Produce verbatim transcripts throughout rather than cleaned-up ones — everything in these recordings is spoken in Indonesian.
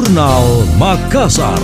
Jurnal Makassar.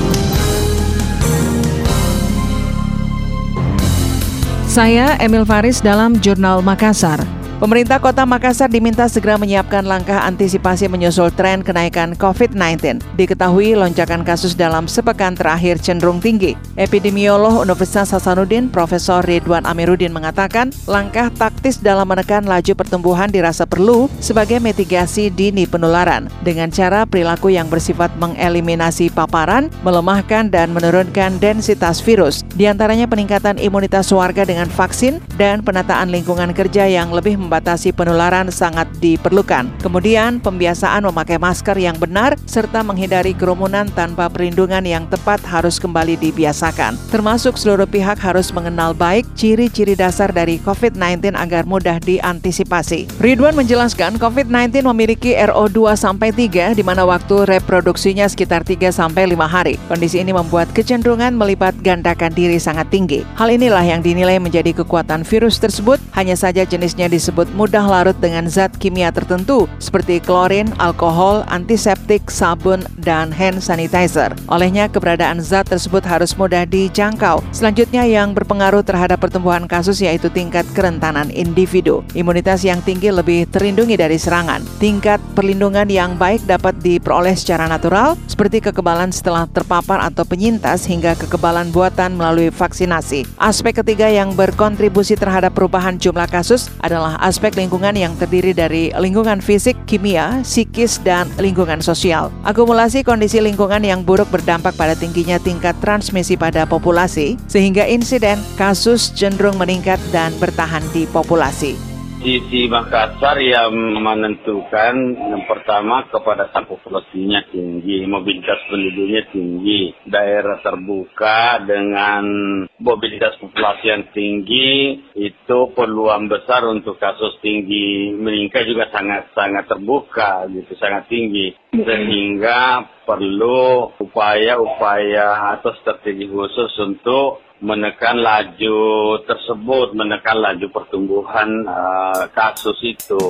Saya Emil Faris dalam Jurnal Makassar. Pemerintah Kota Makassar diminta segera menyiapkan langkah antisipasi menyusul tren kenaikan covid sembilan belas. Diketahui lonjakan kasus dalam sepekan terakhir cenderung tinggi. Epidemiolog Universitas Hasanuddin Profesor Ridwan Amiruddin mengatakan langkah taktis dalam menekan laju pertumbuhan dirasa perlu sebagai mitigasi dini penularan dengan cara perilaku yang bersifat mengeliminasi paparan, melemahkan dan menurunkan densitas virus. Di antaranya peningkatan imunitas warga dengan vaksin dan penataan lingkungan kerja yang lebih membatasi penularan sangat diperlukan. Kemudian, pembiasaan memakai masker yang benar serta menghindari kerumunan tanpa perlindungan yang tepat harus kembali dibiasakan. Termasuk seluruh pihak harus mengenal baik ciri-ciri dasar dari covid sembilan belas agar mudah diantisipasi. Ridwan menjelaskan covid sembilan belas memiliki R O dua sampai tiga di mana waktu reproduksinya sekitar tiga sampai lima hari. Kondisi ini membuat kecenderungan melipat gandakan diri sangat tinggi. Hal inilah yang dinilai menjadi kekuatan virus tersebut, hanya saja jenisnya disebut mudah larut dengan zat kimia tertentu seperti klorin, alkohol, antiseptik, sabun, dan hand sanitizer. Olehnya, keberadaan zat tersebut harus mudah dijangkau. Selanjutnya yang berpengaruh terhadap pertumbuhan kasus yaitu tingkat kerentanan individu. Imunitas yang tinggi lebih terlindungi dari serangan. Tingkat perlindungan yang baik dapat diperoleh secara natural seperti kekebalan setelah terpapar atau penyintas hingga kekebalan buatan melalui vaksinasi. Aspek ketiga yang berkontribusi terhadap perubahan jumlah kasus adalah aspek lingkungan yang terdiri dari lingkungan fisik, kimia, psikis, dan lingkungan sosial. Akumulasi kondisi lingkungan yang buruk berdampak pada tingginya tingkat transmisi pada populasi, sehingga insiden kasus cenderung meningkat dan bertahan di populasi. Sisi Makassar yang menentukan yang pertama kepadatan populasinya tinggi, mobilitas penduduknya tinggi, daerah terbuka dengan mobilitas populasi yang tinggi itu peluang besar untuk kasus tinggi meningkat juga sangat sangat terbuka gitu, sangat tinggi sehingga perlu upaya-upaya atau strategi khusus untuk menekan laju tersebut, menekan laju pertumbuhan uh, kasus itu.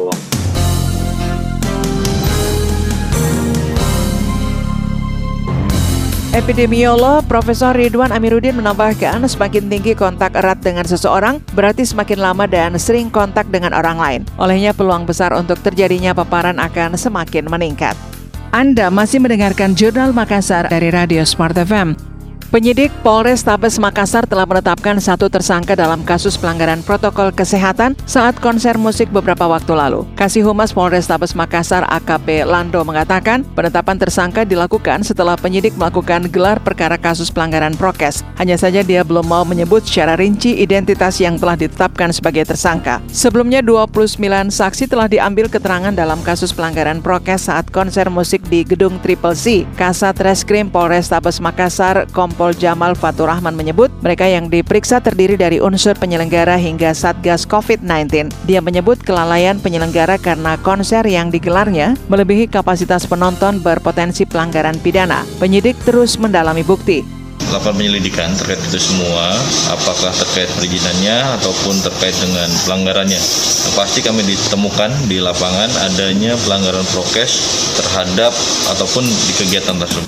Epidemiolog Profesor Ridwan Amiruddin menambahkan semakin tinggi kontak erat dengan seseorang berarti semakin lama dan sering kontak dengan orang lain. Olehnya peluang besar untuk terjadinya paparan akan semakin meningkat. Anda masih mendengarkan Jurnal Makassar dari Radio Smart F M. Penyidik Polrestabes Makassar telah menetapkan satu tersangka dalam kasus pelanggaran protokol kesehatan saat konser musik beberapa waktu lalu. Kasih Humas Polrestabes Makassar A K P Lando mengatakan penetapan tersangka dilakukan setelah penyidik melakukan gelar perkara kasus pelanggaran prokes. Hanya saja dia belum mau menyebut secara rinci identitas yang telah ditetapkan sebagai tersangka. Sebelumnya dua puluh sembilan saksi telah diambil keterangan dalam kasus pelanggaran prokes saat konser musik di Gedung Triple C. Kasat Reskrim Polrestabes Makassar Kom Pol Jamal Fatur Rahman menyebut mereka yang diperiksa terdiri dari unsur penyelenggara hingga Satgas covid sembilan belas. Dia menyebut kelalaian penyelenggara karena konser yang digelarnya melebihi kapasitas penonton berpotensi pelanggaran pidana. Penyidik terus mendalami bukti. Lakukan penyelidikan terkait itu semua, apakah terkait perizinannya ataupun terkait dengan pelanggarannya. Yang pasti kami ditemukan di lapangan adanya pelanggaran prokes terhadap ataupun di kegiatan tersebut.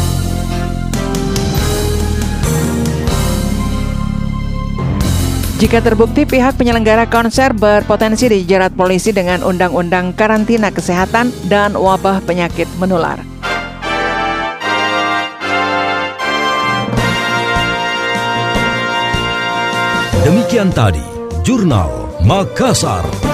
Jika terbukti pihak penyelenggara konser berpotensi dijerat polisi dengan Undang-Undang Karantina Kesehatan dan Wabah Penyakit Menular. Demikian tadi Jurnal Makassar.